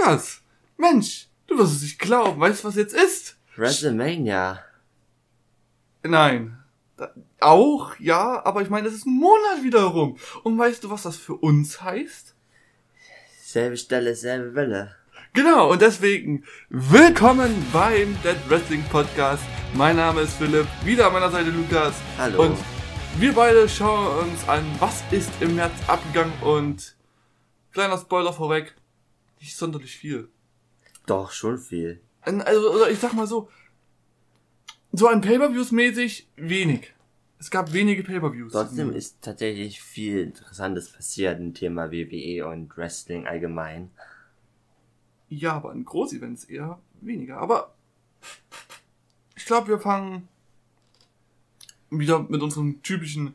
Lukas, Mensch, du wirst es nicht glauben. Weißt du, was jetzt ist? WrestleMania. Nein. Auch, ja, aber ich meine, es ist ein Monat wieder rum. Und weißt du, was das für uns heißt? Selbe Stelle, selbe Welle. Genau, und deswegen willkommen beim Dead Wrestling Podcast. Mein Name ist Philipp, wieder an meiner Seite Lukas. Hallo. Und wir beide schauen uns an, was ist im März abgegangen und kleiner Spoiler vorweg, nicht sonderlich viel. Doch, schon viel. Also ich sag mal so an Pay-Per-Views mäßig wenig. Es gab wenige Pay-Per-Views. Trotzdem ist tatsächlich viel Interessantes passiert im Thema WWE und Wrestling allgemein. Ja, aber in Groß-Events eher weniger. Aber ich glaube, wir fangen wieder mit unserem typischen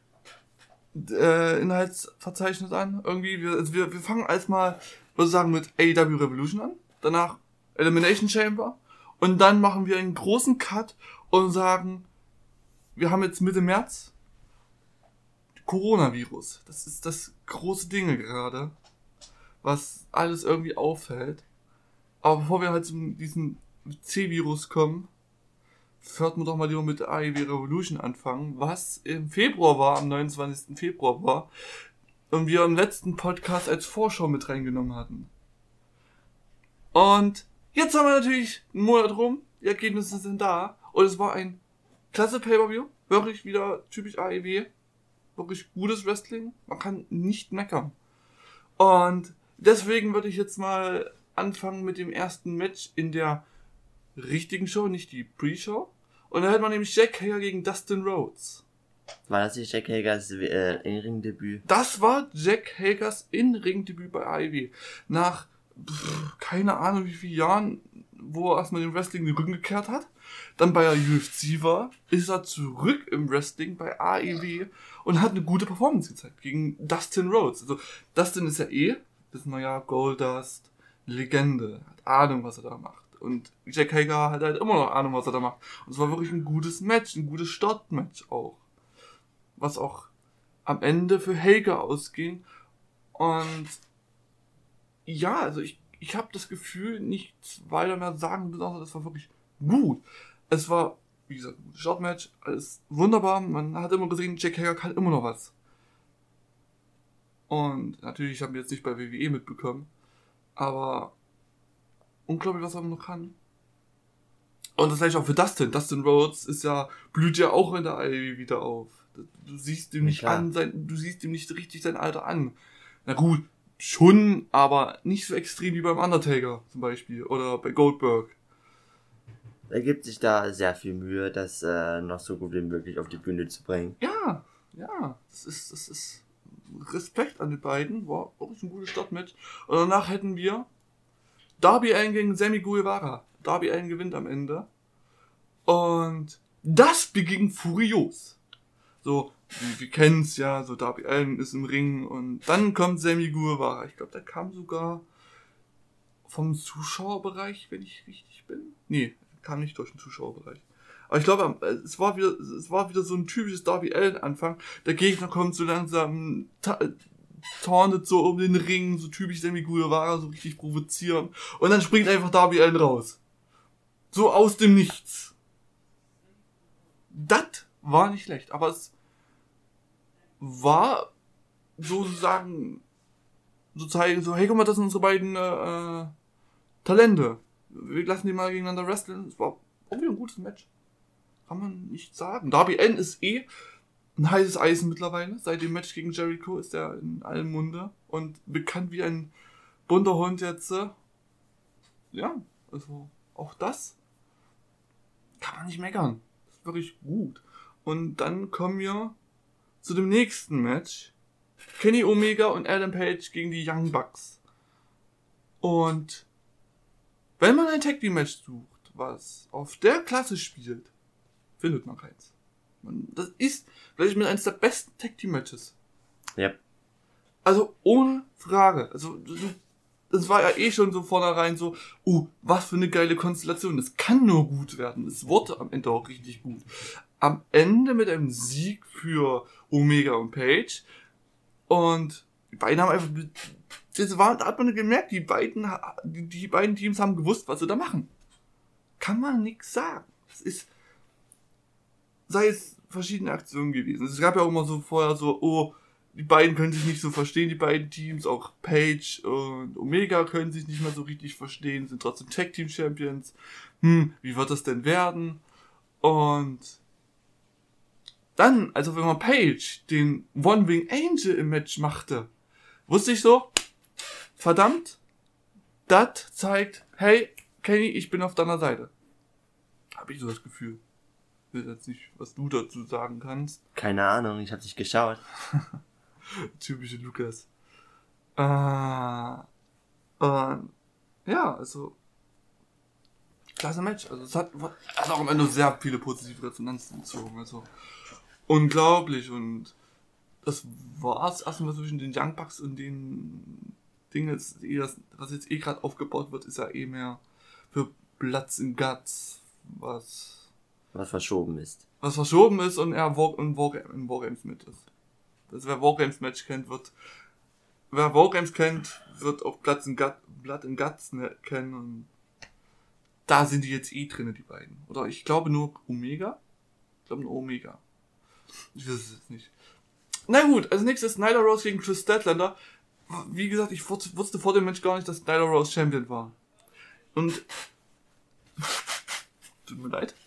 Inhaltsverzeichnis an. Irgendwie, wir fangen erstmal, würde ich sagen, mit AEW Revolution an. Danach Elimination Chamber. Und dann machen wir einen großen Cut und sagen, wir haben jetzt Mitte März Coronavirus. Das ist das große Ding gerade, was alles irgendwie auffällt. Aber bevor wir halt zu diesem C-Virus kommen, sollten wir doch mal lieber mit der AEW Revolution anfangen, was im Februar war, am 29. Februar war, und wir im letzten Podcast als Vorschau mit reingenommen hatten. Und jetzt haben wir natürlich einen Monat rum, die Ergebnisse sind da, und es war ein klasse Pay-Per-View, wirklich wieder typisch AEW, wirklich gutes Wrestling, man kann nicht meckern. Und deswegen würde ich jetzt mal anfangen mit dem ersten Match in der richtigen Show, nicht die Pre-Show. Und da hätte man nämlich Jack Hager gegen Dustin Rhodes. War das nicht Jack Hagers In-Ring-Debüt? Das war Jack Hagers In-Ring-Debüt bei AEW. Nach, keine Ahnung wie vielen Jahren, wo er erstmal dem Wrestling den Rücken gekehrt hat. Dann bei der UFC war, ist er zurück im Wrestling bei AEW und hat eine gute Performance gezeigt gegen Dustin Rhodes. Also Dustin ist ja wissen wir ja, Goldust, Legende, hat Ahnung, was er da macht. Und Jack Hager hat halt immer noch Ahnung, was er da macht. Und es war wirklich ein gutes Match, ein gutes Startmatch auch. Was auch am Ende für Hager ausging. Und ja, also ich habe das Gefühl, nichts weiter mehr sagen zu müssen, das war wirklich gut. Es war, wie gesagt, ein gutes Startmatch, alles wunderbar. Man hat immer gesehen, Jack Hager kann immer noch was. Und natürlich haben wir jetzt nicht bei WWE mitbekommen, aber unglaublich, was er noch kann. Und das gleiche auch für Dustin. Dustin Rhodes blüht ja auch in der AEW wieder auf. Du siehst ihm nicht du siehst ihm nicht richtig sein Alter an. Na gut, schon, aber nicht so extrem wie beim Undertaker zum Beispiel oder bei Goldberg. Er gibt sich da sehr viel Mühe, das noch so gut wie möglich auf die Bühne zu bringen. Ja, das ist Respekt an die beiden, war auch ein gutes Startmatch. Und danach hätten wir Darby Allin gegen Sammy Guevara. Darby Allin gewinnt am Ende. Und das beging furios. So, wir kennen's ja, so Darby Allin ist im Ring und dann kommt Sammy Guevara. Ich glaube, der kam sogar vom Zuschauerbereich, wenn ich richtig bin. Nee, kam nicht durch den Zuschauerbereich. Aber ich glaube, es war wieder so ein typisches Darby Allin Anfang. Der Gegner kommt so langsam, tauntet so um den Ring, so typisch Sammy Guevara, so richtig provozieren. Und dann springt einfach Darby Allin raus. So aus dem Nichts. Das war nicht schlecht, aber es war sozusagen so zeigen, so, hey, guck mal, das sind unsere beiden Talente. Wir lassen die mal gegeneinander wrestlen. Es war irgendwie ein gutes Match. Kann man nicht sagen. Darby Allin ist ein heißes Eisen mittlerweile. Seit dem Match gegen Jericho ist er in allem Munde und bekannt wie ein bunter Hund jetzt. Ja, also auch das kann man nicht meckern. Das ist wirklich gut. Und dann kommen wir zu dem nächsten Match. Kenny Omega und Adam Page gegen die Young Bucks. Und wenn man ein Tag Team Match sucht, was auf der Klasse spielt, findet man keins. Das ist vielleicht mit eines der besten Tag Team Matches. Ja. Also ohne Frage. Also das war ja schon so vornherein so, was für eine geile Konstellation. Das kann nur gut werden. Es wurde am Ende auch richtig gut. Am Ende mit einem Sieg für Omega und Page. Und die beiden haben einfach da hat man gemerkt, die beiden Teams haben gewusst, was sie da machen. Kann man nichts sagen. Sei es verschiedene Aktionen gewesen. Es gab ja auch immer so vorher so, die beiden können sich nicht so verstehen, die beiden Teams, auch Page und Omega können sich nicht mehr so richtig verstehen, sind trotzdem Tag Team Champions. Wie wird das denn werden? Und dann, also wenn man Page den One Wing Angel im Match machte, wusste ich so, verdammt, das zeigt, hey, Kenny, ich bin auf deiner Seite. Habe ich so das Gefühl. Ich weiß jetzt nicht, was du dazu sagen kannst. Keine Ahnung, ich habe nicht geschaut. Typische Lukas. Ja, also klasse Match. Also es hat auch am Ende sehr viele positive Resonanzen gezogen. Also unglaublich. Und das war's erstmal zwischen den Young Bucks und den Dingen, was jetzt gerade aufgebaut wird, ist ja mehr für Platz in Guts, was verschoben ist. Was verschoben ist und er in Wargames mit ist. Das, wer Wargames Match kennt, wird auch Blood in Guts kennen und da sind die jetzt drin, die beiden. Oder ich glaube nur Omega. Ich weiß es jetzt nicht. Na gut, als nächstes Nyla Rose gegen Chris Statlander. Wie gesagt, ich wusste vor dem Match gar nicht, dass Nyla Rose Champion war. Und tut mir leid.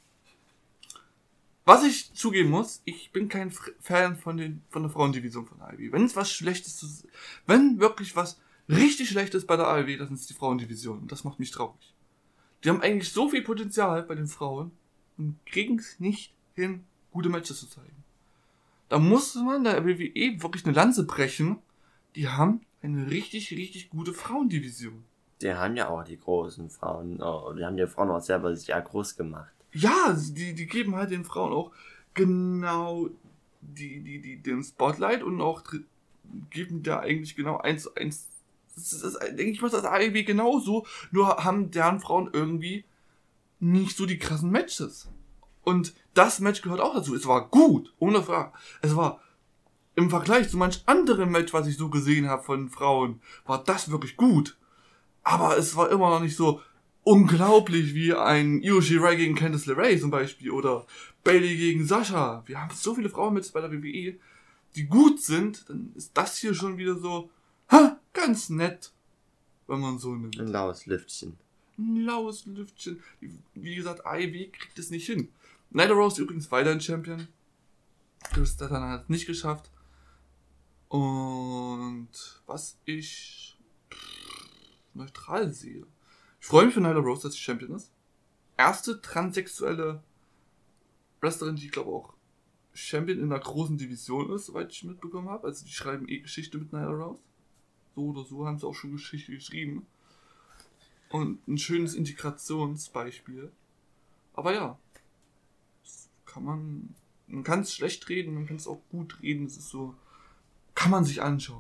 Was ich zugeben muss, ich bin kein Fan von der Frauendivision von AEW. Wenn wirklich was richtig Schlechtes bei der AEW, dann ist es die Frauendivision. Und das macht mich traurig. Die haben eigentlich so viel Potenzial bei den Frauen und kriegen es nicht hin, gute Matches zu zeigen. Da muss man der WWE wirklich eine Lanze brechen. Die haben eine richtig, richtig gute Frauendivision. Die haben ja auch die großen Frauen, die haben die Frauen auch selber sehr groß gemacht. Ja, die geben halt den Frauen auch genau den Spotlight und auch geben da eigentlich genau 1:1. Denke ich mal, das AEW genauso, nur haben deren Frauen irgendwie nicht so die krassen Matches. Und das Match gehört auch dazu. Es war gut, ohne Frage. Es war im Vergleich zu manch anderem Match, was ich so gesehen habe von Frauen, war das wirklich gut. Aber es war immer noch nicht so unglaublich wie ein Io Shirai gegen Candice LeRae zum Beispiel oder Bayley gegen Sasha. Wir haben so viele Frauenmatches bei der WWE, die gut sind. Dann ist das hier schon wieder so ganz nett, wenn man so nimmt. Ein laues Lüftchen. Wie gesagt, AEW kriegt es nicht hin. Nyla Rose übrigens weiterhin Champion. Chris Statlander hat es nicht geschafft. Und was ich neutral sehe. Ich freue mich für Nyla Rose, dass sie Champion ist. Erste transsexuelle Wrestlerin, die ich glaube auch Champion in einer großen Division ist, soweit ich mitbekommen habe. Also die schreiben Geschichte mit Nyla Rose. So oder so haben sie auch schon Geschichte geschrieben. Und ein schönes Integrationsbeispiel. Aber ja, man kann es schlecht reden, man kann es auch gut reden. Es ist so, kann man sich anschauen.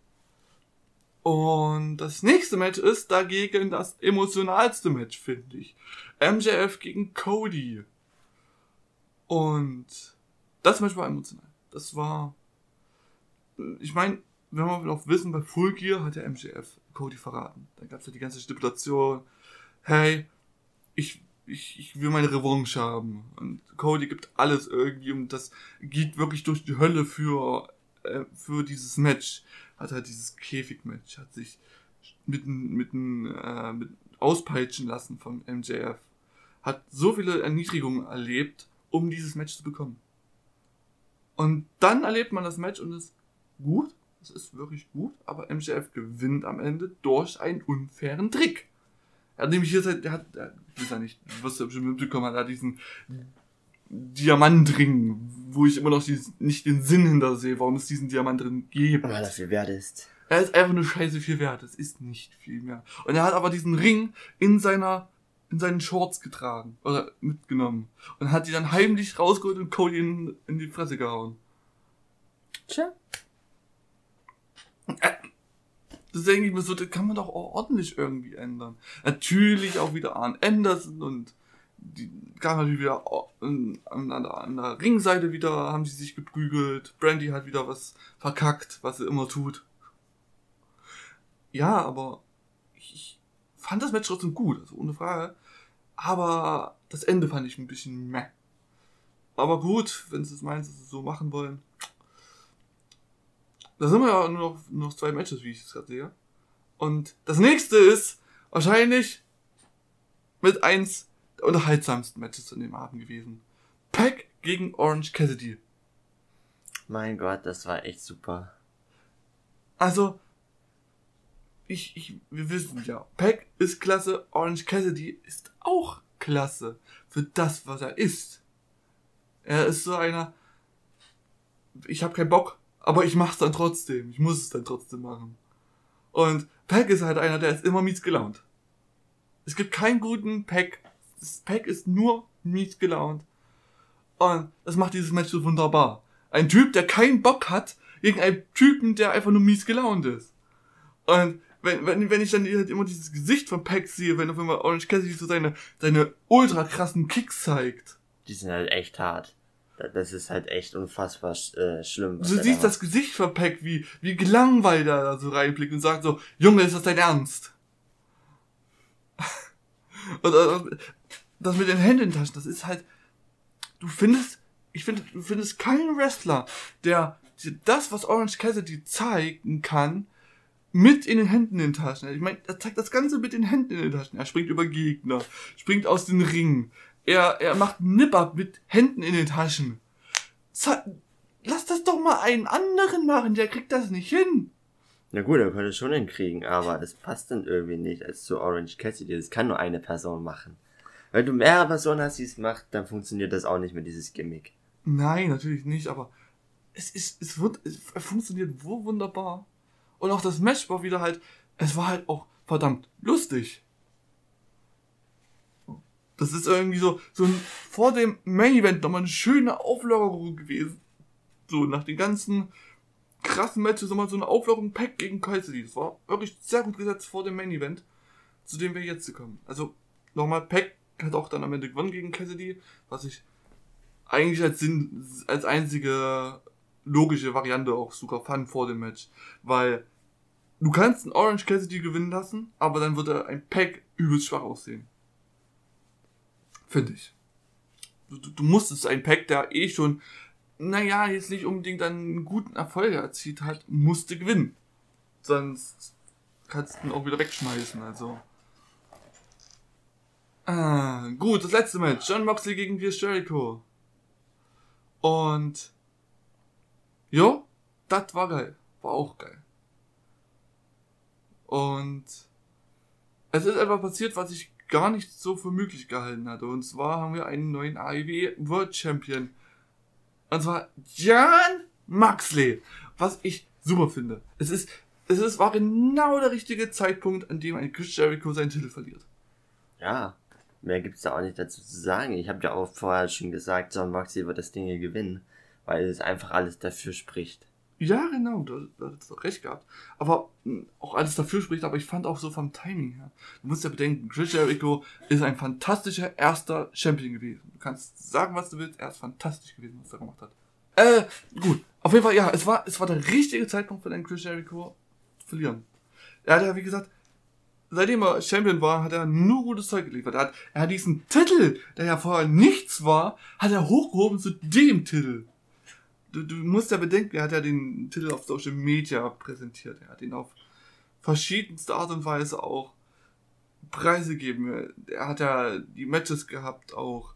Und das nächste Match ist dagegen das emotionalste Match, finde ich. MJF gegen Cody. Und das Match war emotional. Das war, ich meine, wenn wir noch wissen, bei Full Gear hat der MJF Cody verraten. Da gab es ja die ganze Stipulation, hey, ich will meine Revanche haben. Und Cody gibt alles irgendwie und das geht wirklich durch die Hölle für dieses Match. Hat halt dieses Käfig-Match, hat sich mit auspeitschen lassen vom MJF. Hat so viele Erniedrigungen erlebt, um dieses Match zu bekommen. Und dann erlebt man das Match und es ist gut. Es ist wirklich gut, aber MJF gewinnt am Ende durch einen unfairen Trick. Er hat nämlich hier, ich weiß ja nicht, du wirst ja bestimmt mitbekommen, er hat diesen Diamantring, wo ich immer noch nicht den Sinn hinter sehe, warum es diesen Diamantring gibt. Weil das viel wert ist. Er ist einfach nur scheiße viel wert, es ist nicht viel mehr. Und er hat aber diesen Ring in seinen Shorts getragen, oder mitgenommen. Und hat die dann heimlich rausgeholt und Cody in die Fresse gehauen. Tja. Das denke ich mir so, das kann man doch auch ordentlich irgendwie ändern. Natürlich auch wieder Arn Anderson und die kam natürlich wieder an der Ringseite wieder, haben sie sich geprügelt. Brandy hat wieder was verkackt, was sie immer tut. Ja, aber ich fand das Match trotzdem gut, also ohne Frage. Aber das Ende fand ich ein bisschen meh. Aber gut, wenn sie es meinen, dass sie es so machen wollen. Da sind wir ja nur noch 2 Matches, wie ich es gerade sehe. Und das nächste ist wahrscheinlich mit eins der unterhaltsamsten Matches in dem Abend gewesen. Pac gegen Orange Cassidy. Mein Gott, das war echt super. Also, wir wissen ja, Pac ist klasse, Orange Cassidy ist auch klasse für das, was er ist. Er ist so einer, ich habe keinen Bock, aber ich mach's dann trotzdem. Ich muss es dann trotzdem machen. Und Pac ist halt einer, der ist immer mies gelaunt. Es gibt keinen guten Pac. Pac ist nur mies gelaunt. Und das macht dieses Match so wunderbar. Ein Typ, der keinen Bock hat, gegen einen Typen, der einfach nur mies gelaunt ist. Und wenn ich dann halt immer dieses Gesicht von Pac sehe, wenn auf einmal Orange Cassidy so seine ultra krassen Kicks zeigt. Die sind halt echt hart. Das ist halt echt unfassbar schlimm. Du siehst das Gesicht von Pac, wie gelangweilt er da so reinblickt und sagt so, Junge, ist das dein Ernst? Und das mit den Händen in den Taschen, das ist halt, du findest keinen Wrestler, der das, was Orange Cassidy zeigen kann, mit in den Händen in den Taschen. Ich meine, er zeigt das Ganze mit den Händen in den Taschen. Er springt über Gegner, springt aus den Ringen. Er macht Nip-Up mit Händen in den Taschen. Lass das doch mal einen anderen machen, der kriegt das nicht hin. Na gut, er könnte es schon hinkriegen, aber es passt dann irgendwie nicht als zu Orange Cassidy. Das kann nur eine Person machen. Wenn du mehrere Personen hast, die es macht, dann funktioniert das auch nicht mit dieses Gimmick. Nein, natürlich nicht, aber es funktioniert so wunderbar. Und auch das Match war wieder halt, es war halt auch verdammt lustig. Das ist irgendwie so vor dem Main Event nochmal eine schöne Auflockerung gewesen. So, nach den ganzen krassen Matches nochmal so eine Auflockerung Pac gegen Cassidy. Das war wirklich sehr gut gesetzt vor dem Main Event, zu dem wir jetzt kommen. Also, nochmal, Pac hat auch dann am Ende gewonnen gegen Cassidy, was ich eigentlich als einzige logische Variante auch sogar fand vor dem Match. Weil du kannst einen Orange Cassidy gewinnen lassen, aber dann würde ein Pac übelst schwach aussehen. Finde ich. Du musstest einen Pac, der schon, jetzt nicht unbedingt einen guten Erfolg erzielt hat, musste gewinnen. Sonst kannst du ihn auch wieder wegschmeißen, also. Gut, das letzte Match. Jon Moxley gegen Chris Jericho. Und jo, das war geil. War auch geil. Und es ist etwas passiert, was ich gar nicht so für möglich gehalten hatte. Und zwar haben wir einen neuen AEW World Champion. Und zwar Jon Moxley. Was ich super finde. War genau der richtige Zeitpunkt, an dem ein Chris Jericho seinen Titel verliert. Ja, mehr gibt's da auch nicht dazu zu sagen. Ich habe ja auch vorher schon gesagt, Jon Moxley wird das Ding hier gewinnen, weil es einfach alles dafür spricht. Ja, genau, da hast du recht gehabt. Aber auch alles dafür spricht, aber ich fand auch so vom Timing her. Du musst ja bedenken, Chris Jericho ist ein fantastischer erster Champion gewesen. Du kannst sagen, was du willst, er ist fantastisch gewesen, was er gemacht hat. Gut. Auf jeden Fall, ja, es war der richtige Zeitpunkt für den Chris Jericho zu verlieren. Er hat ja, wie gesagt, seitdem er Champion war, hat er nur gutes Zeug geliefert. Er hat diesen Titel, der ja vorher nichts war, hat er hochgehoben zu dem Titel. Du musst ja bedenken, er hat ja den Titel auf Social Media präsentiert. Er hat ihn auf verschiedenste Art und Weise auch Preise gegeben. Er hat ja die Matches gehabt, auch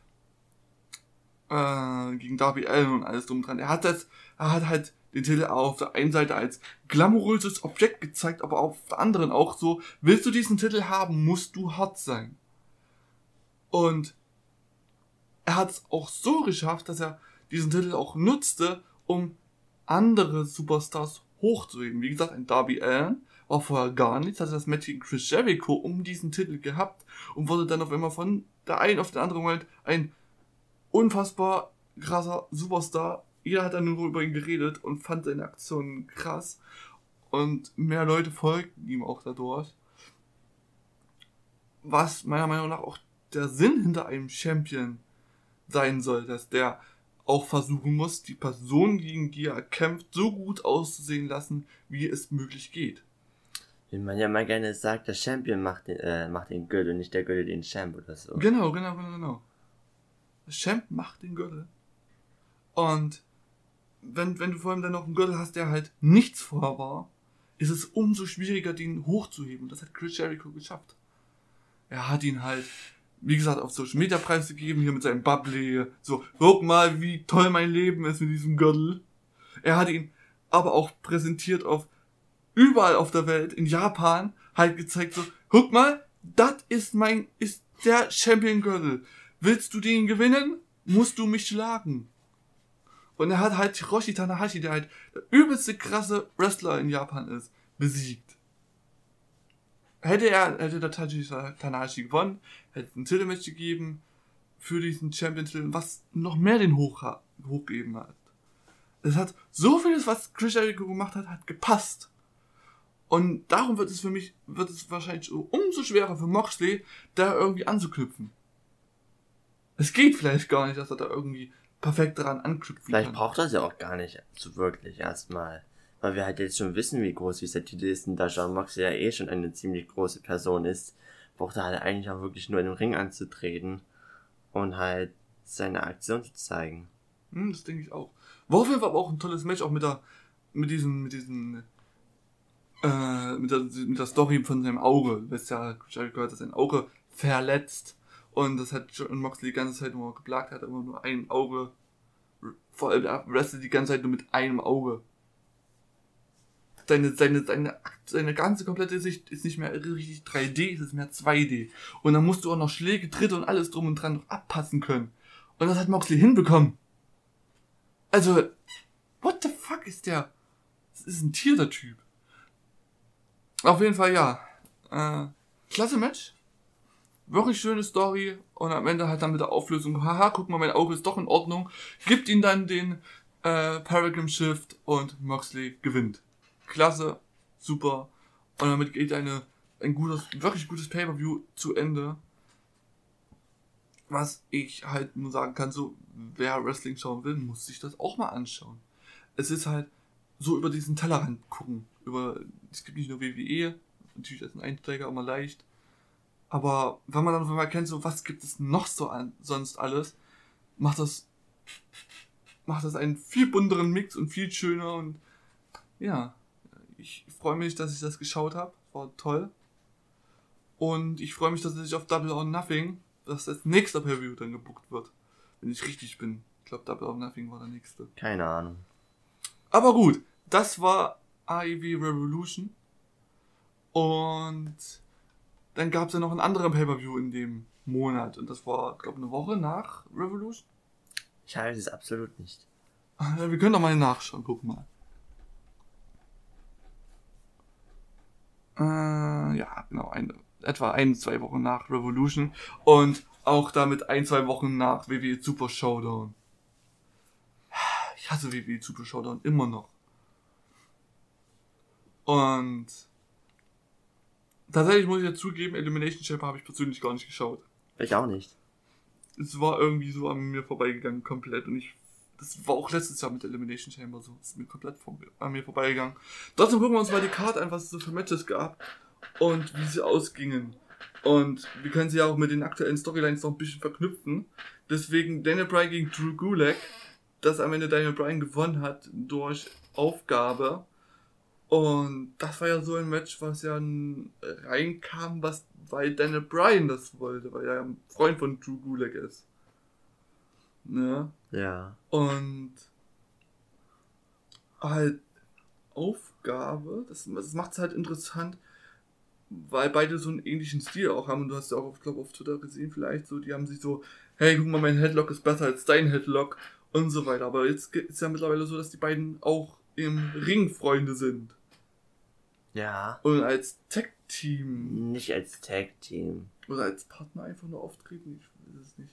gegen Darby Allin und alles drum dran. Er hat halt den Titel auf der einen Seite als glamouröses Objekt gezeigt, aber auf der anderen auch so, willst du diesen Titel haben, musst du hart sein. Und er hat es auch so geschafft, dass er diesen Titel auch nutzte, um andere Superstars hochzuheben. Wie gesagt, ein Darby Allin war vorher gar nichts, hatte das Match gegen Chris Jericho um diesen Titel gehabt und wurde dann auf einmal von der einen auf den anderen Moment ein unfassbar krasser Superstar. Jeder hat dann nur über ihn geredet und fand seine Aktionen krass und mehr Leute folgten ihm auch dadurch. Was meiner Meinung nach auch der Sinn hinter einem Champion sein soll, dass der auch versuchen muss, die Person, gegen die er kämpft, so gut auszusehen lassen, wie es möglich geht. Wie man ja mal gerne sagt, der Champion macht den Gürtel und nicht der Gürtel den Champ oder so. Genau. Der Champ macht den Gürtel. Und wenn du vor allem dann noch einen Gürtel hast, der halt nichts vorher war, ist es umso schwieriger, den hochzuheben. Das hat Chris Jericho geschafft. Er hat ihn halt, wie gesagt, auf Social Media preisgegeben, hier mit seinem Bubbly, so, guck mal, wie toll mein Leben ist mit diesem Gürtel. Er hat ihn aber auch präsentiert auf überall auf der Welt, in Japan, halt gezeigt so, guck mal, das ist der Champion-Gürtel. Willst du den gewinnen, musst du mich schlagen. Und er hat halt Hiroshi Tanahashi, der halt der übelste krasse Wrestler in Japan ist, besiegt. Hätte der Tanahashi gewonnen, hätte es ein Titelmatch gegeben für diesen Champion-Titel, was noch mehr den hochgegeben hat. Es hat so vieles, was Chris Jericho gemacht hat, hat gepasst. Und darum wird es wahrscheinlich umso schwerer für Moxley, da irgendwie anzuknüpfen. Es geht vielleicht gar nicht, dass er da irgendwie perfekt daran anknüpfen Vielleicht kann. braucht er es ja auch gar nicht so wirklich erstmal. Weil wir halt jetzt schon wissen, wie groß dieser Titel ist und da Jon Moxley ja eh schon eine ziemlich große Person ist, braucht er halt eigentlich auch wirklich nur in den Ring anzutreten und halt seine Aktion zu zeigen. Das denke ich auch. War auf jeden Fall aber auch ein tolles Match, auch mit der Story von seinem Auge. Du weißt ja, Jericho hat sein Auge verletzt und das hat Jon Moxley die ganze Zeit nur geplagt, hat immer nur ein Auge, vor allem er wrestelt die ganze Zeit nur mit einem Auge. Seine ganze komplette Sicht ist nicht mehr richtig 3D, es ist mehr 2D. Und dann musst du auch noch Schläge, Tritte und alles drum und dran noch abpassen können. Und das hat Moxley hinbekommen. Also, what the fuck ist der? Das ist ein Tier, der Typ. Auf jeden Fall, ja. Klasse Match. Wirklich schöne Story. Und am Ende halt dann mit der Auflösung, haha, guck mal, mein Auge ist doch in Ordnung. Gibt ihm dann den Paradigm Shift und Moxley gewinnt. Klasse, super. Und damit geht ein wirklich gutes Pay-Per-View zu Ende. Was ich halt nur sagen kann, so, wer Wrestling schauen will, muss sich das auch mal anschauen. Es ist halt so über diesen Tellerrand gucken. Es gibt nicht nur WWE, natürlich als ein Einsteiger immer leicht. Aber wenn man dann mal kennt, so, was gibt es noch so sonst alles, macht das einen viel bunteren Mix und viel schöner und ja, ich freue mich, dass ich das geschaut habe. War toll. Und ich freue mich, dass ich auf Double or Nothing, dass das nächste Pay-Per-View dann gebucht wird. Wenn ich richtig bin. Ich glaube, Double or Nothing war der nächste. Keine Ahnung. Aber gut, das war AEW Revolution. Und dann gab es ja noch einen anderen Pay-Per-View in dem Monat. Und das war, glaube ich, eine Woche nach Revolution. Ich halte es absolut nicht. Wir können doch mal nachschauen, guck mal. Ja, genau, etwa 1-2 Wochen nach Revolution und auch damit 1-2 Wochen nach WWE Super Showdown. Ich hasse WWE Super Showdown immer noch. Und tatsächlich muss ich ja zugeben, Elimination Chamber habe ich persönlich gar nicht geschaut. Ich auch nicht. Es war irgendwie so an mir vorbeigegangen komplett und das war auch letztes Jahr mit Elimination Chamber so. Das ist mir komplett an mir vorbeigegangen. Trotzdem gucken wir uns mal die Karte an, was es so für Matches gab und wie sie ausgingen. Und wir können sie ja auch mit den aktuellen Storylines noch ein bisschen verknüpfen. Deswegen Daniel Bryan gegen Drew Gulak, dass am Ende Daniel Bryan gewonnen hat durch Aufgabe. Und das war ja so ein Match, was ja reinkam, weil Daniel Bryan das wollte, weil er ja ein Freund von Drew Gulak ist. Ne? Ja. Und halt Aufgabe, das macht es halt interessant, weil beide so einen ähnlichen Stil auch haben. Und du hast ja auch, glaube auf Twitter gesehen vielleicht so, die haben sich so, hey, guck mal, mein Headlock ist besser als dein Headlock und so weiter. Aber jetzt ist ja mittlerweile so, dass die beiden auch im Ring Freunde sind. Ja. Und als Tag-Team. Nicht als Tag-Team. Oder als Partner einfach nur auftreten, ich weiß es nicht.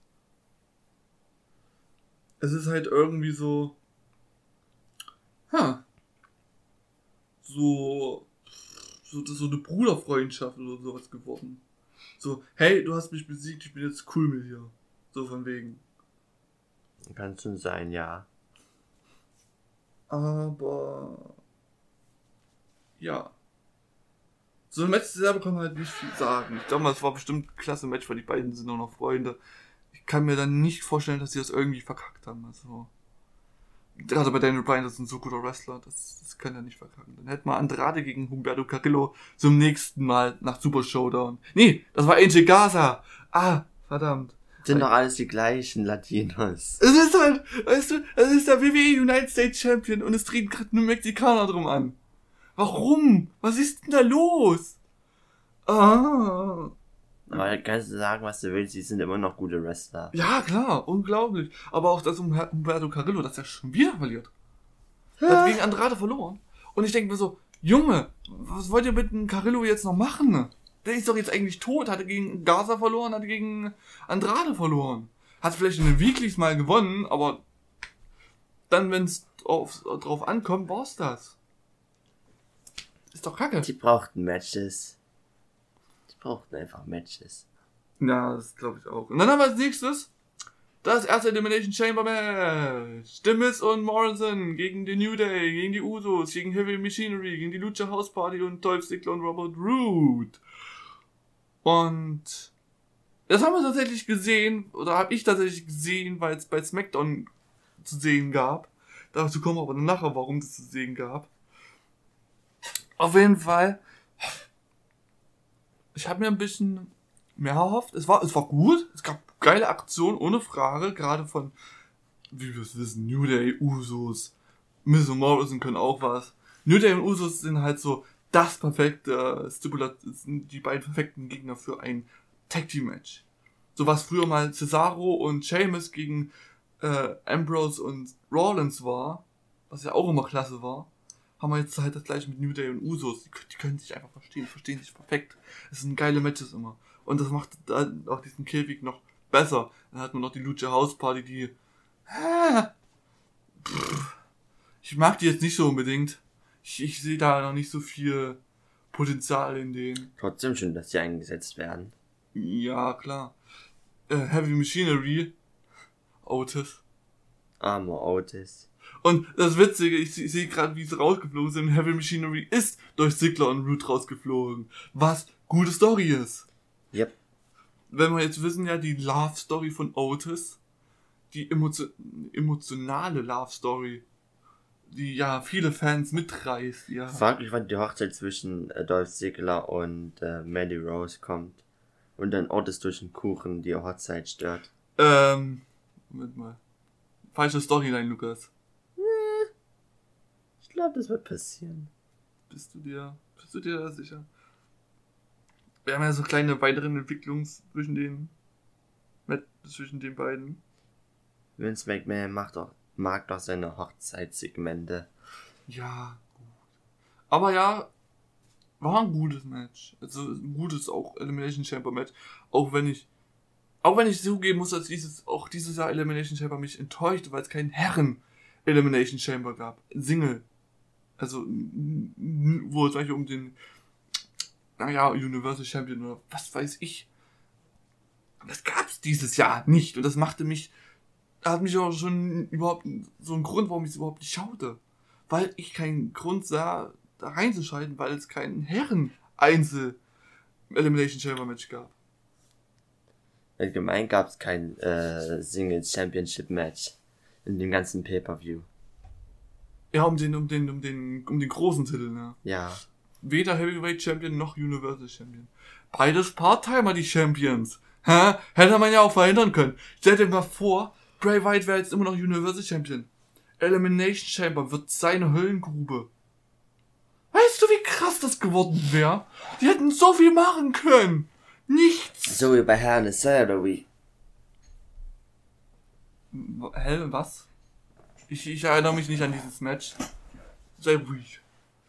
Es ist halt irgendwie so, so eine Bruderfreundschaft oder sowas geworden. So, hey, du hast mich besiegt, ich bin jetzt cool mit dir. So von wegen. Kann schon sein, ja. Aber ja. So ein Match selber kann man halt nicht viel sagen. Ich glaube mal, es war bestimmt ein klasse Match, weil die beiden sind auch noch Freunde. Ich kann mir dann nicht vorstellen, dass sie das irgendwie verkackt haben. Also, gerade bei Daniel Bryan, das ist ein so guter Wrestler, das kann er nicht verkacken. Dann hätten wir Andrade gegen Humberto Carrillo zum nächsten Mal nach Super Showdown. Nee, das war Angel Garza. Ah, verdammt. Sind doch alles die gleichen Latinos. Es ist halt, weißt du, es ist der WWE United States Champion und es treten gerade nur Mexikaner drum an. Warum? Was ist denn da los? Ah. Aber kannst du sagen, was du willst, die sind immer noch gute Wrestler. Ja, klar, unglaublich. Aber auch das Humberto Carrillo, dass er schon wieder verliert. Er hat gegen Andrade verloren. Und ich denke mir so, Junge, was wollt ihr mit dem Carrillo jetzt noch machen? Der ist doch jetzt eigentlich tot. Hatte gegen Garza verloren, hatte gegen Andrade verloren. Hat vielleicht in den Weeklies mal gewonnen, aber dann, wenn es drauf ankommt, war's das. Ist doch kacke. Die brauchten Matches. Die brauchten einfach Matches. Ja, das glaube ich auch. Und dann haben wir als nächstes das erste Elimination Chamber Match. The Miz und Morrison gegen The New Day, gegen die Usos, gegen Heavy Machinery, gegen die Lucha House Party und Dolph Ziggler und Robert Roode. Und das haben wir tatsächlich gesehen, oder habe ich tatsächlich gesehen, weil es bei SmackDown zu sehen gab. Dazu kommen wir aber nachher, warum es zu sehen gab. Auf jeden Fall, ich habe mir ein bisschen mehr erhofft. Es war gut, es gab geile Aktionen, ohne Frage, gerade von, wie wir es wissen, New Day, Usos, Miz und Morrison können auch was. New Day und Usos sind halt so das perfekte die beiden perfekten Gegner für ein Tag Team Match. So was früher mal Cesaro und Sheamus gegen Ambrose und Rollins war, was ja auch immer klasse war, haben wir jetzt halt das gleiche mit New Day und Usos. Die können sich einfach verstehen sich perfekt. Es sind geile Matches immer. Und das macht dann auch diesen Käfig noch besser. Dann hat man noch die Lucha House Party, die ich mag die jetzt nicht so unbedingt. Ich sehe da noch nicht so viel Potenzial in denen. Trotzdem schön, dass die eingesetzt werden. Ja, klar. Heavy Machinery, Otis. Armer Otis. Und das Witzige, ich sehe gerade, wie sie rausgeflogen sind. Heavy Machinery ist durch Ziggler und Roode rausgeflogen. Was gute Story ist. Yep. Wenn wir jetzt wissen, ja, die Love Story von Otis, die emotionale Love Story, die ja viele Fans mitreißt, ja. Frag mich, wann die Hochzeit zwischen Dolph Ziggler und Mandy Rose kommt. Und dann Otis durch den Kuchen die Hochzeit stört. Moment mal. Falsche Storyline, Lukas. Ich glaube, das wird passieren. Bist du dir da sicher? Wir haben ja so kleine weiteren Entwicklungen zwischen den beiden. Vince McMahon mag doch seine Hochzeitssegmente. Ja, gut. Aber ja, war ein gutes Match. Also ein gutes auch Elimination Chamber Match. Auch wenn ich zugeben muss, dass dieses Jahr Elimination Chamber mich enttäuscht, weil es keinen Herren Elimination Chamber gab. Single. Also, wo es eigentlich um den, Universal Champion oder was weiß ich. Das gab's dieses Jahr nicht. Und das hat mich auch schon überhaupt so ein Grund, warum ich es überhaupt nicht schaute. Weil ich keinen Grund sah, da reinzuschalten, weil es keinen Herren-Einzel-Elimination Chamber Match gab. Allgemein gab es kein Singles Championship Match in dem ganzen Pay-Per-View. Ja, um den großen Titel, ne? Ja. Weder Heavyweight Champion noch Universal Champion. Beides Part-Timer, die Champions. Hätte man ja auch verhindern können. Stell dir mal vor, Bray Wyatt wäre jetzt immer noch Universal Champion. Elimination Chamber wird seine Höllengrube. Weißt du, wie krass das geworden wäre? Die hätten so viel machen können. Nichts. So wie bei Hell in a Cell, oder wie? Was? Ich erinnere mich nicht an dieses Match. Sei ruhig.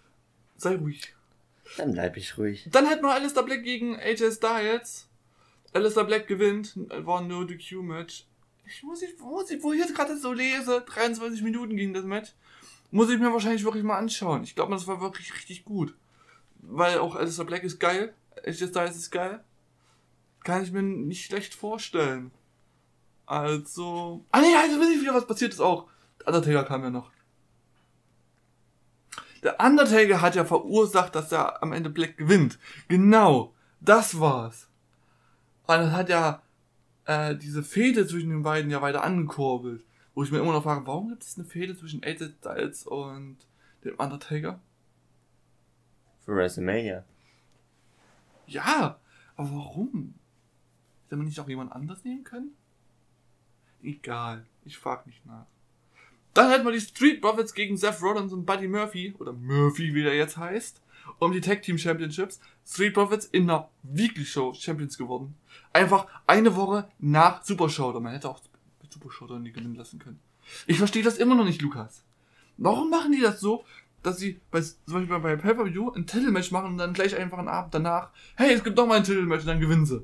Dann bleib ich ruhig. Dann hätten wir Aleister Black gegen AJ Styles. Aleister Black gewinnt. War ein No-DQ-Match. Wo ich jetzt gerade so lese, 23 Minuten ging das Match. Muss ich mir wahrscheinlich wirklich mal anschauen. Ich glaube, das war wirklich richtig gut. Weil auch Aleister Black ist geil. AJ Styles ist geil. Kann ich mir nicht schlecht vorstellen. Also... jetzt weiß ich wieder, was passiert ist auch. Undertaker kam ja noch. Der Undertaker hat ja verursacht, dass er am Ende Black gewinnt. Genau, das war's. Und das hat ja diese Fehde zwischen den beiden ja weiter angekurbelt. Wo ich mir immer noch frage, warum gibt es eine Fehde zwischen AJ Styles und dem Undertaker? Für WrestleMania. Ja, aber warum? Hätte man nicht auch jemand anders nehmen können? Egal, ich frag nicht nach. Dann hätten wir die Street Profits gegen Seth Rollins und Buddy Murphy, oder Murphy, wie der jetzt heißt, um die Tag Team Championships. Street Profits in der Weekly Show Champions geworden. Einfach eine Woche nach Super Showdown. Man hätte auch mit Super Showdown nie gewinnen lassen können. Ich verstehe das immer noch nicht, Lukas. Warum machen die das so, dass sie zum Beispiel bei Pay-Per-View ein Titelmatch machen und dann gleich einfach einen Abend danach, hey, es gibt doch mal ein Titelmatch und dann gewinnen sie.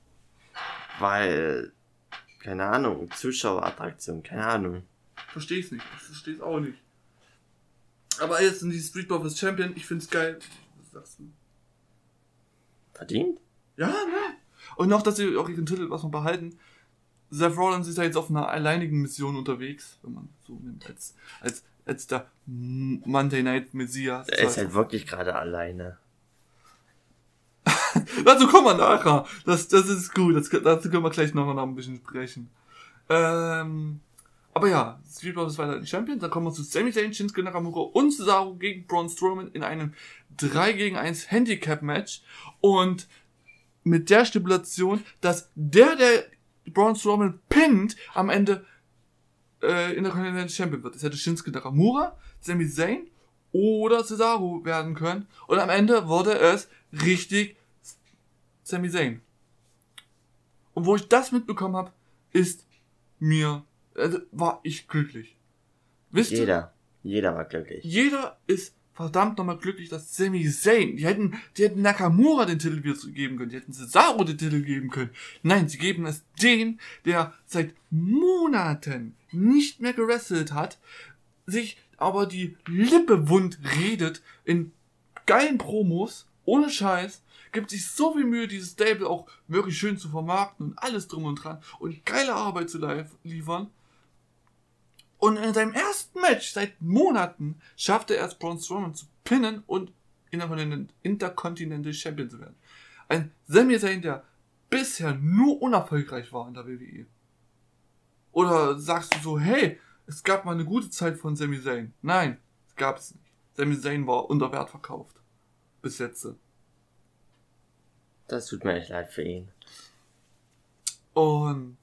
Weil, keine Ahnung, Zuschauerattraktion, keine Ahnung. Verstehe ich nicht. Ich verstehe es auch nicht. Aber jetzt sind die Street Profits Champion. Ich finde es geil. Was sagst du? Verdient? Ja, ne? Und noch, dass sie auch ihren Titel was mal behalten. Seth Rollins ist ja jetzt auf einer alleinigen Mission unterwegs, wenn man so nimmt, als der Monday Night Messias. Er ist halt wirklich gerade alleine. Dazu kommen wir nachher. Das ist gut. Dazu können wir gleich noch ein bisschen sprechen. Aber ja, Street Profits ist weiter Champion. Dann kommen wir zu Sami Zayn, Shinsuke Nakamura und Cesaro gegen Braun Strowman in einem 3-gegen-1 Handicap-Match. Und mit der Stipulation, dass der Braun Strowman pinnt, am Ende Intercontinental Champion wird. Das hätte Shinsuke Nakamura, Sami Zayn oder Cesaro werden können. Und am Ende wurde es richtig Sami Zayn. Und wo ich das mitbekommen habe, war ich glücklich. Wisst ihr? Jeder war glücklich. Jeder ist verdammt nochmal glücklich, dass Sami Zayn, die hätten Nakamura den Titel wieder geben können, die hätten Cesaro den Titel geben können. Nein, sie geben es den, der seit Monaten nicht mehr gewrestelt hat, sich aber die Lippe wund redet in geilen Promos, ohne Scheiß, gibt sich so viel Mühe, dieses Stable auch wirklich schön zu vermarkten und alles drum und dran und geile Arbeit zu liefern. Und in seinem ersten Match seit Monaten schaffte er es, Braun Strowman zu pinnen und Intercontinental Champion zu werden. Ein Sami Zayn, der bisher nur unerfolgreich war in der WWE. Oder sagst du so, hey, es gab mal eine gute Zeit von Sami Zayn? Nein, es gab es nicht. Sami Zayn war unter Wert verkauft. Bis jetzt. Das tut mir echt leid für ihn. Und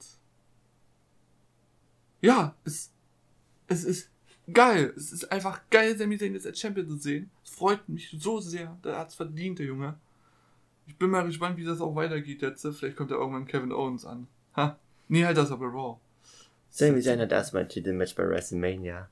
ja, es ist geil. Es ist einfach geil, Sami Zayn jetzt als Champion zu sehen. Es freut mich so sehr. Der hat's verdient, der Junge. Ich bin mal gespannt, wie das auch weitergeht jetzt. Vielleicht kommt ja irgendwann Kevin Owens an. Ha? Nee, halt das aber Raw. Sami Zayn hat erstmal ein Titelmatch bei WrestleMania.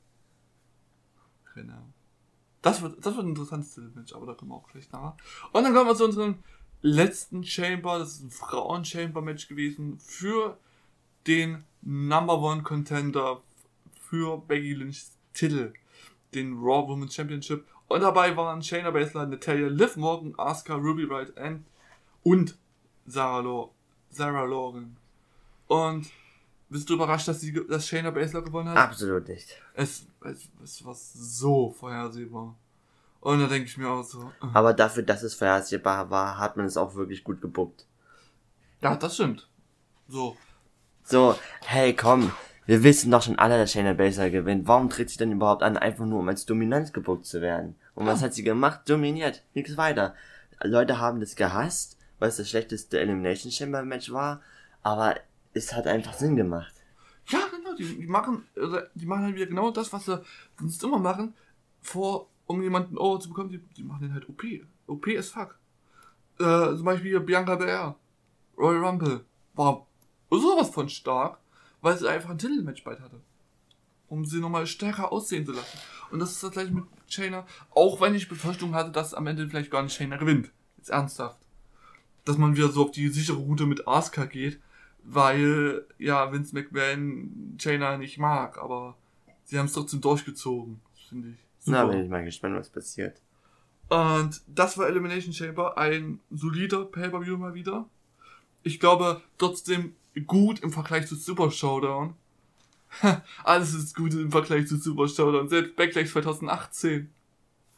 Genau. Das wird ein interessantes Titelmatch, aber da kommen wir auch gleich nachher. Und dann kommen wir zu unserem letzten Chamber. Das ist ein Frauen-Chamber-Match gewesen für den Number One Contender für Becky Lynch's Titel, den Raw Women's Championship. Und dabei waren Shayna Baszler, Natalya, Liv Morgan, Asuka, Ruby Riott und Sarah Logan. Und bist du überrascht, dass Shayna Baszler gewonnen hat? Absolut nicht. Es war so vorhersehbar. Und da denke ich mir auch so. Aber dafür, dass es vorhersehbar war, hat man es auch wirklich gut gebuckt. Ja, das stimmt. So, hey komm, wir wissen doch schon alle, dass Shayna Baszler gewinnt. Warum tritt sie denn überhaupt an, einfach nur um als Dominanz gebuckt zu werden? Und was hat sie gemacht? Dominiert. Nichts weiter. Leute haben das gehasst, weil es das schlechteste Elimination Chamber Match war, aber es hat einfach Sinn gemacht. Ja, genau, die machen halt wieder genau das, was sie sonst immer machen, um jemanden over zu bekommen, die machen den halt OP. OP as fuck. Zum Beispiel Bianca Belair, Royal Rumble, war sowas von stark, weil sie einfach ein Titelmatch bald hatte. Um sie nochmal stärker aussehen zu lassen. Und das ist das gleiche mit Shayna, auch wenn ich Befürchtung hatte, dass am Ende vielleicht gar nicht Shayna gewinnt. Jetzt ernsthaft. Dass man wieder so auf die sichere Route mit Asuka geht, weil, ja, Vince McMahon Shayna nicht mag, aber sie haben es trotzdem durchgezogen. Das finde ich super. Na, bin ich mal gespannt, was passiert. Und das war Elimination Chamber, ein solider Pay-Per-View mal wieder. Ich glaube, trotzdem gut im Vergleich zu Super Showdown. Alles ist gut im Vergleich zu Super Showdown. Selbst Backlash 2018.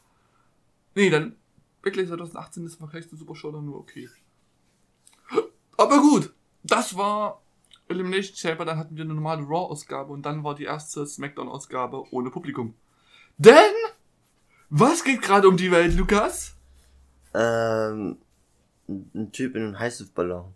Nee, dann Backlash 2018 ist im Vergleich zu Super Showdown nur okay. Aber gut, das war Elimination Chamber, dann hatten wir eine normale Raw-Ausgabe und dann war die erste Smackdown-Ausgabe ohne Publikum. Denn, was geht gerade um die Welt, Lukas? Ein Typ in einem Heißluftballon.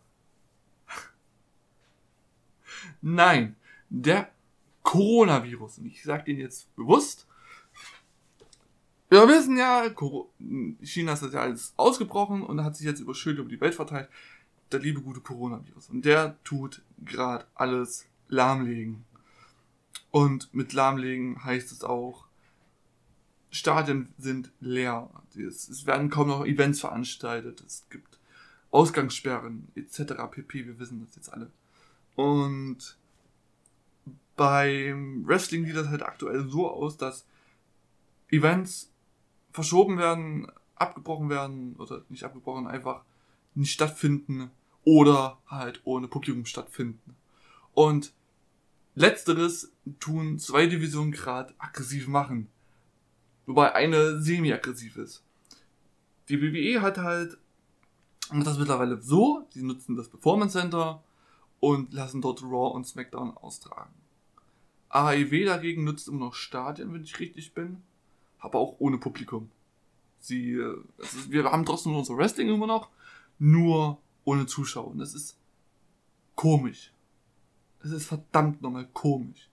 Nein, der Coronavirus. Und ich sag den jetzt bewusst. Wir wissen ja, China ist das ja alles ausgebrochen und hat sich jetzt überschüttet über die Welt verteilt. Der liebe gute Coronavirus. Und der tut gerade alles lahmlegen. Und mit lahmlegen heißt es auch, Stadien sind leer. Es werden kaum noch Events veranstaltet. Es gibt Ausgangssperren etc. pp. Wir wissen das jetzt alle. Und beim Wrestling sieht das halt aktuell so aus, dass Events verschoben werden, abgebrochen werden oder nicht abgebrochen, einfach nicht stattfinden oder halt ohne Publikum stattfinden. Und letzteres tun 2 Divisionen gerade aggressiv machen, wobei eine semi-aggressiv ist. Die WWE hat halt das mittlerweile so, sie nutzen das Performance Center und lassen dort Raw und SmackDown austragen. AEW dagegen nutzt immer noch Stadien, wenn ich richtig bin, aber auch ohne Publikum. Wir haben trotzdem unser Wrestling immer noch, nur ohne Zuschauer. Und das ist komisch. Es ist verdammt nochmal komisch.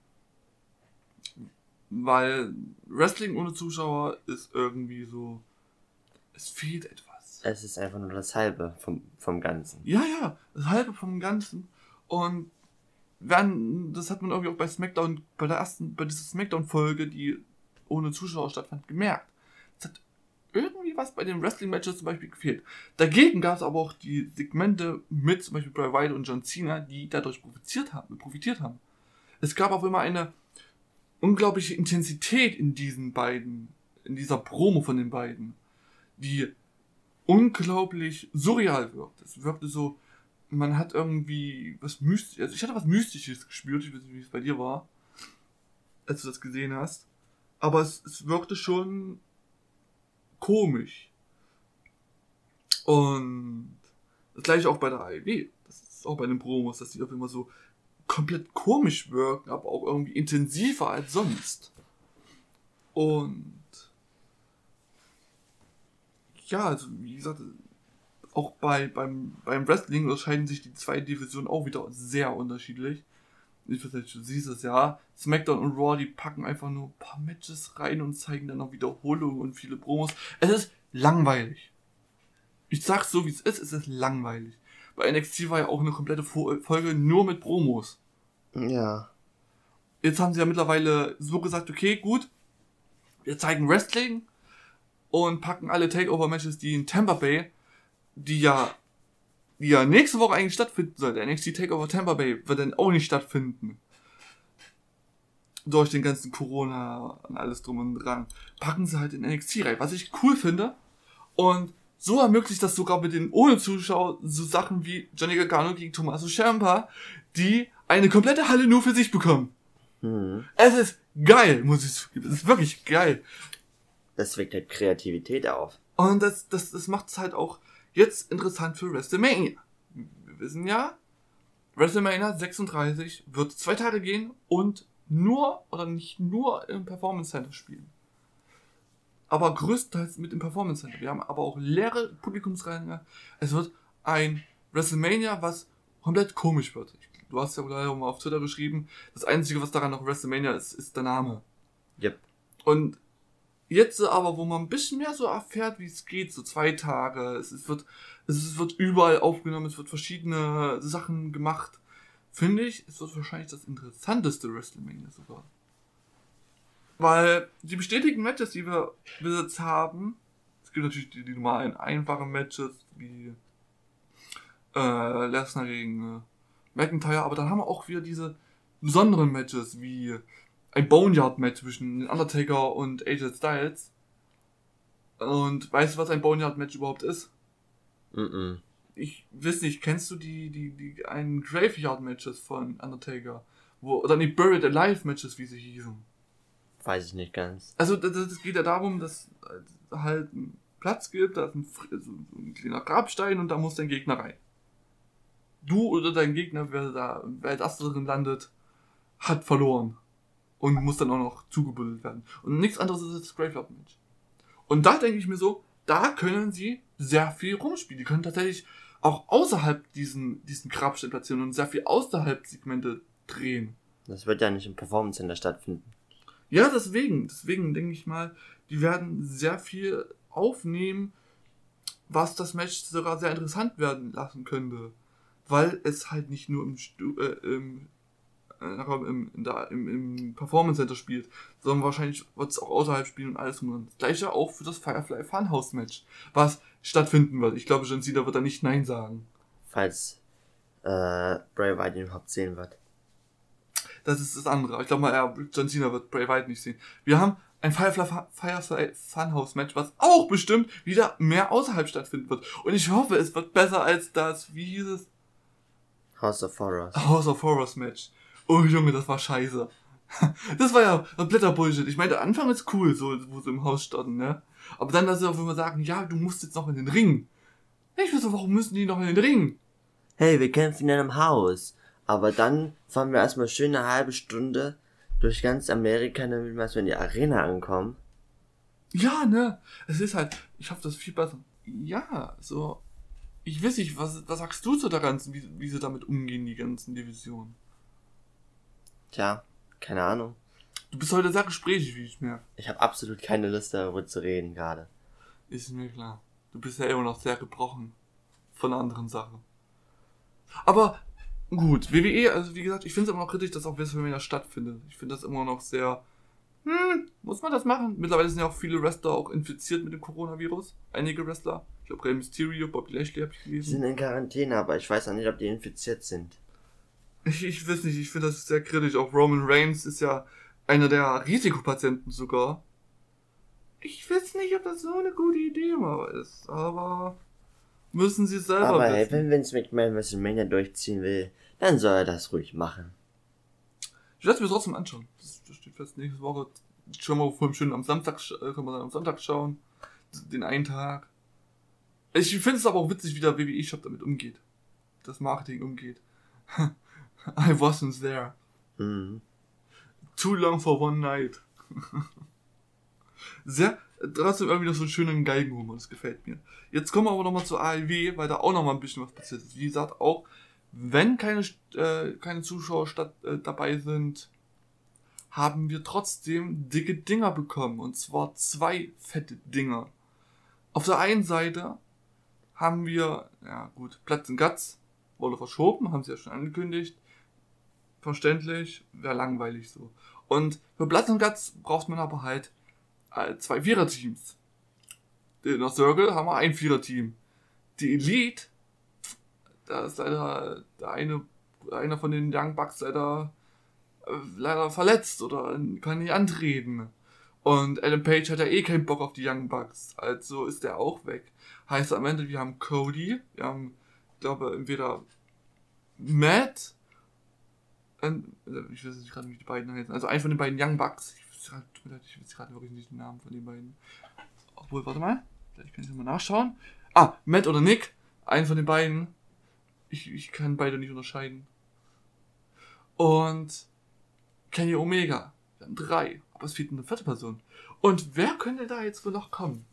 Weil Wrestling ohne Zuschauer ist irgendwie so, es fehlt etwas. Es ist einfach nur das Halbe vom Ganzen. Ja, das Halbe vom Ganzen. Und das hat man irgendwie auch bei SmackDown, bei dieser SmackDown-Folge, die ohne Zuschauer stattfand, gemerkt. Es hat irgendwie was bei den Wrestling-Matches zum Beispiel gefehlt. Dagegen gab es aber auch die Segmente mit zum Beispiel Bray Wyatt und John Cena, die dadurch profitiert haben. Es gab auch immer eine unglaubliche Intensität in dieser Promo von den beiden, die unglaublich surreal wirkt. Es wirkte so, man hat irgendwie was Mystisches, also ich hatte was Mystisches gespürt, ich weiß nicht, wie es bei dir war, als du das gesehen hast, aber es wirkte schon komisch. Und das gleiche auch bei der AEW, das ist auch bei den Promos, dass die auf immer so komplett komisch wirken, aber auch irgendwie intensiver als sonst. Und ja, also wie gesagt, auch beim Wrestling unterscheiden sich die 2 Divisionen auch wieder sehr unterschiedlich. Ich weiß nicht, du siehst es ja, SmackDown und Raw, die packen einfach nur ein paar Matches rein und zeigen dann noch Wiederholungen und viele Promos. Es ist langweilig. Ich sag's so, wie es ist langweilig. Bei NXT war ja auch eine komplette Folge nur mit Promos. Ja. Jetzt haben sie ja mittlerweile so gesagt, okay, gut, wir zeigen Wrestling und packen alle Takeover-Matches, die in Tampa Bay, die ja nächste Woche eigentlich stattfinden soll. Der NXT Takeover Tampa Bay wird dann auch nicht stattfinden. Durch den ganzen Corona und alles drum und dran. Packen sie halt in NXT rein, was ich cool finde. Und so ermöglicht das sogar mit den ohne Zuschauer so Sachen wie Johnny Gargano gegen Tommaso Ciampa, die eine komplette Halle nur für sich bekommen. Es ist geil, muss ich zugeben. Es ist wirklich geil. Das weckt halt Kreativität auf. Und das macht es halt auch jetzt interessant für WrestleMania. Wir wissen ja, WrestleMania 36 wird 2 Tage gehen und nicht nur im Performance Center spielen. Aber größtenteils mit dem Performance Center. Wir haben aber auch leere Publikumsränge. Es wird ein WrestleMania, was komplett komisch wird. Du hast ja leider mal auf Twitter geschrieben, das Einzige, was daran noch WrestleMania ist der Name. Yep. Und jetzt aber, wo man ein bisschen mehr so erfährt, wie es geht, so 2 Tage, es wird überall aufgenommen, es wird verschiedene Sachen gemacht, finde ich, es wird wahrscheinlich das interessanteste WrestleMania sogar. Weil die bestätigten Matches, die wir bis jetzt haben, es gibt natürlich die normalen, einfachen Matches, wie Lesnar gegen McIntyre, aber dann haben wir auch wieder diese besonderen Matches, wie ein Boneyard-Match zwischen Undertaker und AJ Styles. Und weißt du, was ein Boneyard-Match überhaupt ist? Ich weiß nicht, kennst du die einen Graveyard-Matches von Undertaker? Oder die Buried Alive-Matches, wie sie hießen? Weiß ich nicht ganz. Also das geht ja darum, dass es halt einen Platz gibt, da ist so ein kleiner Grabstein und da muss dein Gegner rein. Du oder dein Gegner, wer das drin landet, hat verloren. Und muss dann auch noch zugebuddelt werden. Und nichts anderes ist das Graveyard-Match. Und da denke ich mir so, da können sie sehr viel rumspielen. Die können tatsächlich auch außerhalb diesen Grabstein platzieren und sehr viel außerhalb Segmente drehen. Das wird ja nicht im Performance Center stattfinden. Ja, deswegen denke ich mal, die werden sehr viel aufnehmen, was das Match sogar sehr interessant werden lassen könnte. Weil es halt nicht nur im Performance Center spielt, sondern wahrscheinlich wird es auch außerhalb spielen und alles. Und das gleiche auch für das Firefly Funhouse Match, was stattfinden wird. Ich glaube, John Cena wird da nicht Nein sagen. Falls Bray Wyatt ihn überhaupt sehen wird. Das ist das andere. Ich glaube mal, John Cena wird Bray Wyatt nicht sehen. Wir haben ein Firefly Funhouse Match, was auch bestimmt wieder mehr außerhalb stattfinden wird. Und ich hoffe, es wird besser als das, wie hieß es? House of Horrors. House of Horrors Match. Oh Junge, das war scheiße. Das war ja kompletter Bullshit. Ich meine, der Anfang ist cool, so, wo sie im Haus standen, ne? Aber dann, dass sie auch immer sagen, ja, du musst jetzt noch in den Ring. Ich weiß so, warum müssen die noch in den Ring? Hey, wir kämpfen in einem Haus. Aber dann fahren wir erstmal schön eine halbe Stunde durch ganz Amerika, damit wir erstmal in die Arena ankommen. Ja, ne? Es ist halt, ich hoffe, das ist viel besser. Ja, so. Ich weiß nicht, was sagst du zu der ganzen, wie sie damit umgehen, die ganzen Divisionen? Tja, keine Ahnung. Du bist heute sehr gesprächig, wie ich merke. Ich habe absolut keine Lust darüber zu reden gerade. Ist mir klar. Du bist ja immer noch sehr gebrochen von anderen Sachen. Aber gut, WWE, also wie gesagt, ich finde es immer noch kritisch, dass auch WrestleMania stattfindet. Ich finde das immer noch sehr, muss man das machen? Mittlerweile sind ja auch viele Wrestler auch infiziert mit dem Coronavirus. Einige Wrestler. Ich glaube, Rey Mysterio, Bobby Lashley habe ich Die gelesen. sind in Quarantäne, aber ich weiß auch nicht, ob die infiziert sind. Ich weiß nicht, ich finde das sehr kritisch. Auch Roman Reigns ist ja einer der Risikopatienten sogar. Ich weiß nicht, ob das so eine gute Idee mal ist, aber müssen sie selber Aber hey, wissen. wenn Vince McMahon WrestleMania durchziehen will, dann soll er das ruhig machen. Ich werde es mir trotzdem anschauen. Das steht fest. Nächste Woche schon mal vor dem schönen am Samstag, können wir dann am Sonntag schauen. Den einen Tag. Ich finde es aber auch witzig, wie der WWE-Shop damit umgeht. Das Marketing umgeht. I wasn't there. Mhm. Too long for one night. Sehr, trotzdem irgendwie noch so einen schönen Geigenhumor, das gefällt mir. Jetzt kommen wir aber nochmal zur AEW, weil da auch nochmal ein bisschen was passiert ist. Wie gesagt, auch wenn keine Zuschauer dabei sind, haben wir trotzdem dicke Dinger bekommen. Und zwar 2 fette Dinger. Auf der einen Seite haben wir, ja gut, Platz in Guts, wurde verschoben, haben sie ja schon angekündigt. Verständlich, wäre langweilig so. Und für Platz in Guts braucht man aber halt 2 Vierer-Teams. In der Circle haben wir ein Vierer-Team. Die Elite, da ist leider einer von den Young Bucks leider verletzt oder kann nicht antreten. Und Adam Page hat ja eh keinen Bock auf die Young Bucks, also ist der auch weg. Heißt am Ende, wir haben Cody, wir haben, ich glaube, entweder Matt, ich weiß nicht gerade, wie die beiden heißen, also einen von den beiden Young Bucks. Ich weiß gerade wirklich nicht den Namen von den beiden. Obwohl, warte mal, vielleicht kann ich mal nachschauen. Matt oder Nick, einen von den beiden. Ich kann beide nicht unterscheiden. Und Kenny Omega. Wir haben 3. Aber es fehlt eine 4. Person. Und wer könnte da jetzt wohl noch kommen?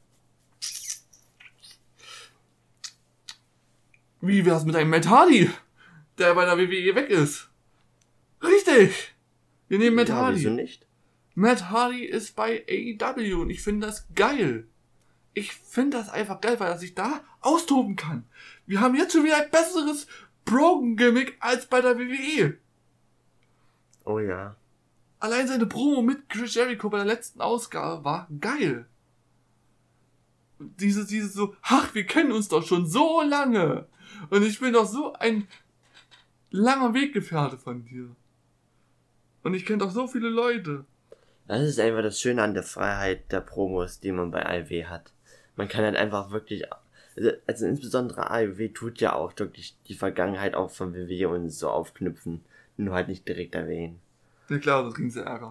Wie wär's mit einem Matt Hardy, der bei der WWE weg ist? Richtig! Wir nehmen Matt Hardy. Wieso nicht? Matt Hardy ist bei AEW und ich finde das geil. Ich finde das einfach geil, weil er sich da austoben kann. Wir haben jetzt schon wieder ein besseres Broken-Gimmick als bei der WWE. Oh ja. Allein seine Promo mit Chris Jericho bei der letzten Ausgabe war geil. Dieses so, wir kennen uns doch schon so lange. Und ich bin doch so ein langer Weggefährte von dir. Und ich kenne doch so viele Leute. Das ist einfach das Schöne an der Freiheit der Promos, die man bei AEW hat. Man kann halt einfach wirklich, also insbesondere AEW tut ja auch wirklich die Vergangenheit auch von WWE und so aufknüpfen, nur halt nicht direkt erwähnen. Ja klar, das kriegen sie Ärger.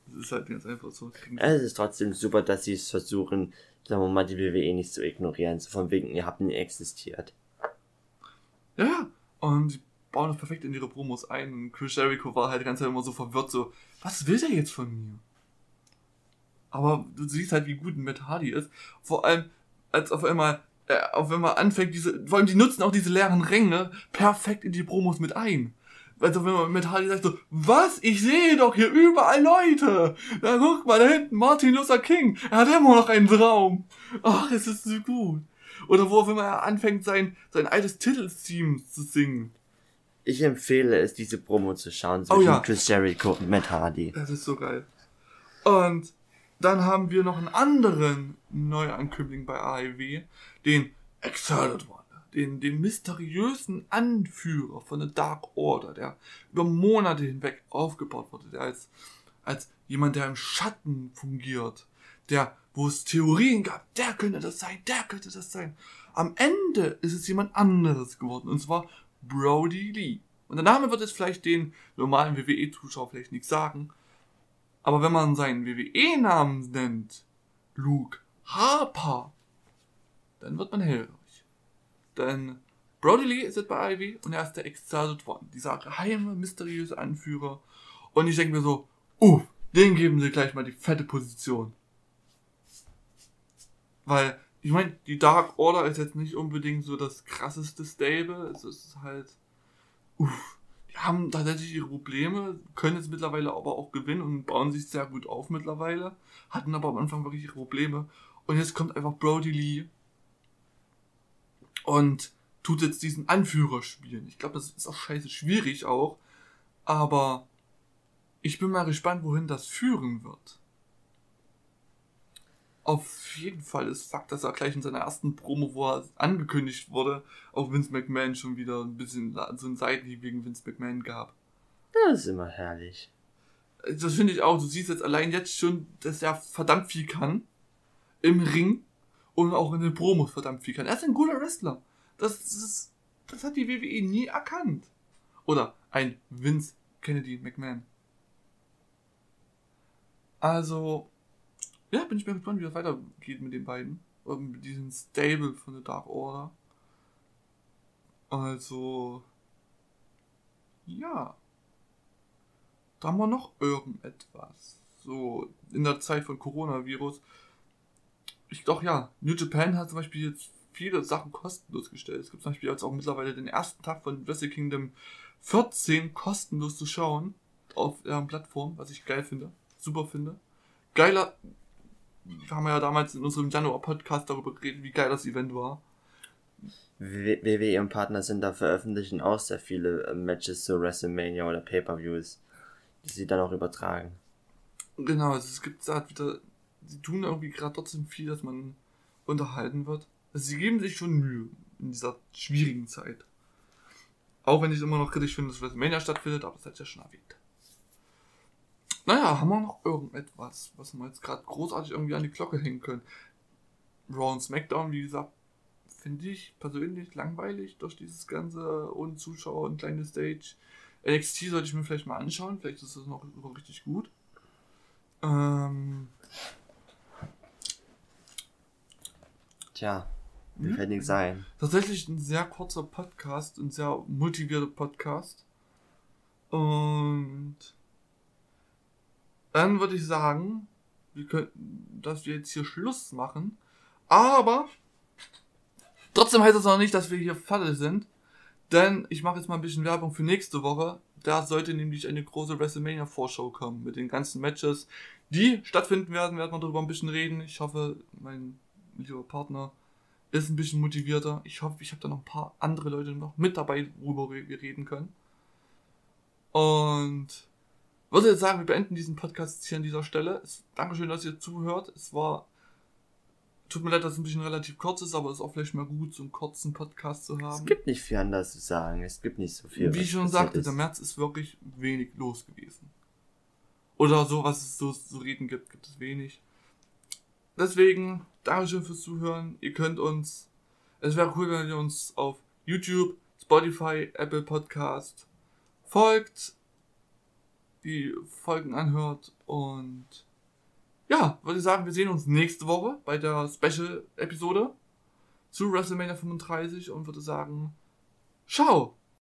Das ist halt ganz einfach so. Es ist trotzdem super, dass sie es versuchen, sagen wir mal, die WWE nicht zu ignorieren. So von wegen, ihr habt nie existiert. Ja, und sie bauen das perfekt in ihre Promos ein. Und Chris Jericho war halt die ganze Zeit immer so verwirrt, so, was will der jetzt von mir? Aber du siehst halt, wie gut ein Matt Hardy ist. Vor allem, als auf einmal anfängt, vor allem die nutzen auch diese leeren Ränge perfekt in die Promos mit ein. Also wenn man mit Hardy sagt so, was? Ich sehe doch hier überall Leute. Da guck mal, da hinten Martin Luther King. Er hat immer noch einen Traum. Ach, es ist so gut. Oder wo, wenn man anfängt, sein altes Titeltheme zu singen. Ich empfehle es, diese Promo zu schauen zwischen Chris Jericho und Matt Hardy. Das ist so geil. Und dann haben wir noch einen anderen Neuankömmling bei AEW, den Exalted One, den mysteriösen Anführer von der Dark Order, der über Monate hinweg aufgebaut wurde, der als jemand, der im Schatten fungiert, wo es Theorien gab, der könnte das sein. Am Ende ist es jemand anderes geworden, und zwar Brody Lee. Und der Name wird jetzt vielleicht den normalen WWE-Zuschauer vielleicht nichts sagen, aber wenn man seinen WWE-Namen nennt, Luke Harper, dann wird man hellhörig. Denn Brody Lee ist jetzt bei AEW und er ist der Exalted One, dieser geheime, mysteriöse Anführer. Und ich denke mir so, den geben sie gleich mal die fette Position. Weil, ich meine, die Dark Order ist jetzt nicht unbedingt so das krasseste Stable. Es ist halt, die haben tatsächlich ihre Probleme, können jetzt mittlerweile aber auch gewinnen und bauen sich sehr gut auf mittlerweile. Hatten aber am Anfang wirklich ihre Probleme. Und jetzt kommt einfach Brody Lee und tut jetzt diesen Anführer spielen. Ich glaube, das ist auch scheiße schwierig auch. Aber ich bin mal gespannt, wohin das führen wird. Auf jeden Fall ist Fakt, dass er gleich in seiner ersten Promo, wo er angekündigt wurde, auf Vince McMahon schon wieder ein bisschen so einen Seitenhieb gegen Vince McMahon gab. Das ist immer herrlich. Das finde ich auch. Du siehst jetzt allein jetzt schon, dass er verdammt viel kann. Im Ring. Und auch in den Promos verdammt viel kann. Er ist ein guter Wrestler. Das hat die WWE nie erkannt. Oder ein Vince Kennedy McMahon. Also, ja, bin ich mir gespannt, wie das weitergeht mit den beiden. Und mit diesem Stable von der Dark Order. Also, ja. Da haben wir noch irgendetwas. So, in der Zeit von Coronavirus. New Japan hat zum Beispiel jetzt viele Sachen kostenlos gestellt. Es gibt zum Beispiel jetzt auch mittlerweile den ersten Tag von Wrestle Kingdom 14 kostenlos zu schauen. Auf deren Plattform, was ich geil finde. Super finde. Geiler. Wir haben ja damals in unserem Januar-Podcast darüber geredet, wie geil das Event war. WWE und Partner sind da veröffentlichen auch sehr viele Matches zu WrestleMania oder Pay-Per-Views, die sie dann auch übertragen. Genau, also es gibt da wieder, sie tun irgendwie gerade trotzdem viel, dass man unterhalten wird. Also sie geben sich schon Mühe in dieser schwierigen Zeit. Auch wenn ich es immer noch kritisch finde, dass WrestleMania stattfindet, aber das hat ja schon erwähnt. Naja, haben wir noch irgendetwas, was wir jetzt gerade großartig irgendwie an die Glocke hängen können? Raw und SmackDown, wie gesagt, finde ich persönlich langweilig durch dieses ganze ohne Zuschauer und kleine Stage. NXT sollte ich mir vielleicht mal anschauen, vielleicht ist das noch richtig gut. Tja, mir fällt nichts ein. Tatsächlich ein sehr kurzer Podcast, ein sehr motivierter Podcast. Und dann würde ich sagen, dass wir jetzt hier Schluss machen. Aber trotzdem heißt das noch nicht, dass wir hier fertig sind. Denn ich mache jetzt mal ein bisschen Werbung für nächste Woche. Da sollte nämlich eine große WrestleMania-Vorschau kommen mit den ganzen Matches, die stattfinden werden. Werden wir darüber ein bisschen reden. Ich hoffe, mein lieber Partner ist ein bisschen motivierter. Ich hoffe, ich habe da noch ein paar andere Leute noch mit dabei, worüber wir reden können. Und würde jetzt sagen, wir beenden diesen Podcast hier an dieser Stelle. Dankeschön, dass ihr zuhört. Tut mir leid, dass es ein bisschen relativ kurz ist, aber es ist auch vielleicht mal gut, so einen kurzen Podcast zu haben. Es gibt nicht viel anders zu sagen. Es gibt nicht so viel. Wie ich schon sagte, der März ist wirklich wenig los gewesen. Oder so, was es so reden gibt es wenig. Deswegen, Dankeschön fürs Zuhören. Ihr könnt uns, es wäre cool, wenn ihr uns auf YouTube, Spotify, Apple Podcast folgt. die Folgen anhört. Und ja, würde ich sagen, wir sehen uns nächste Woche bei der Special-Episode zu WrestleMania 35 und würde sagen, ciao!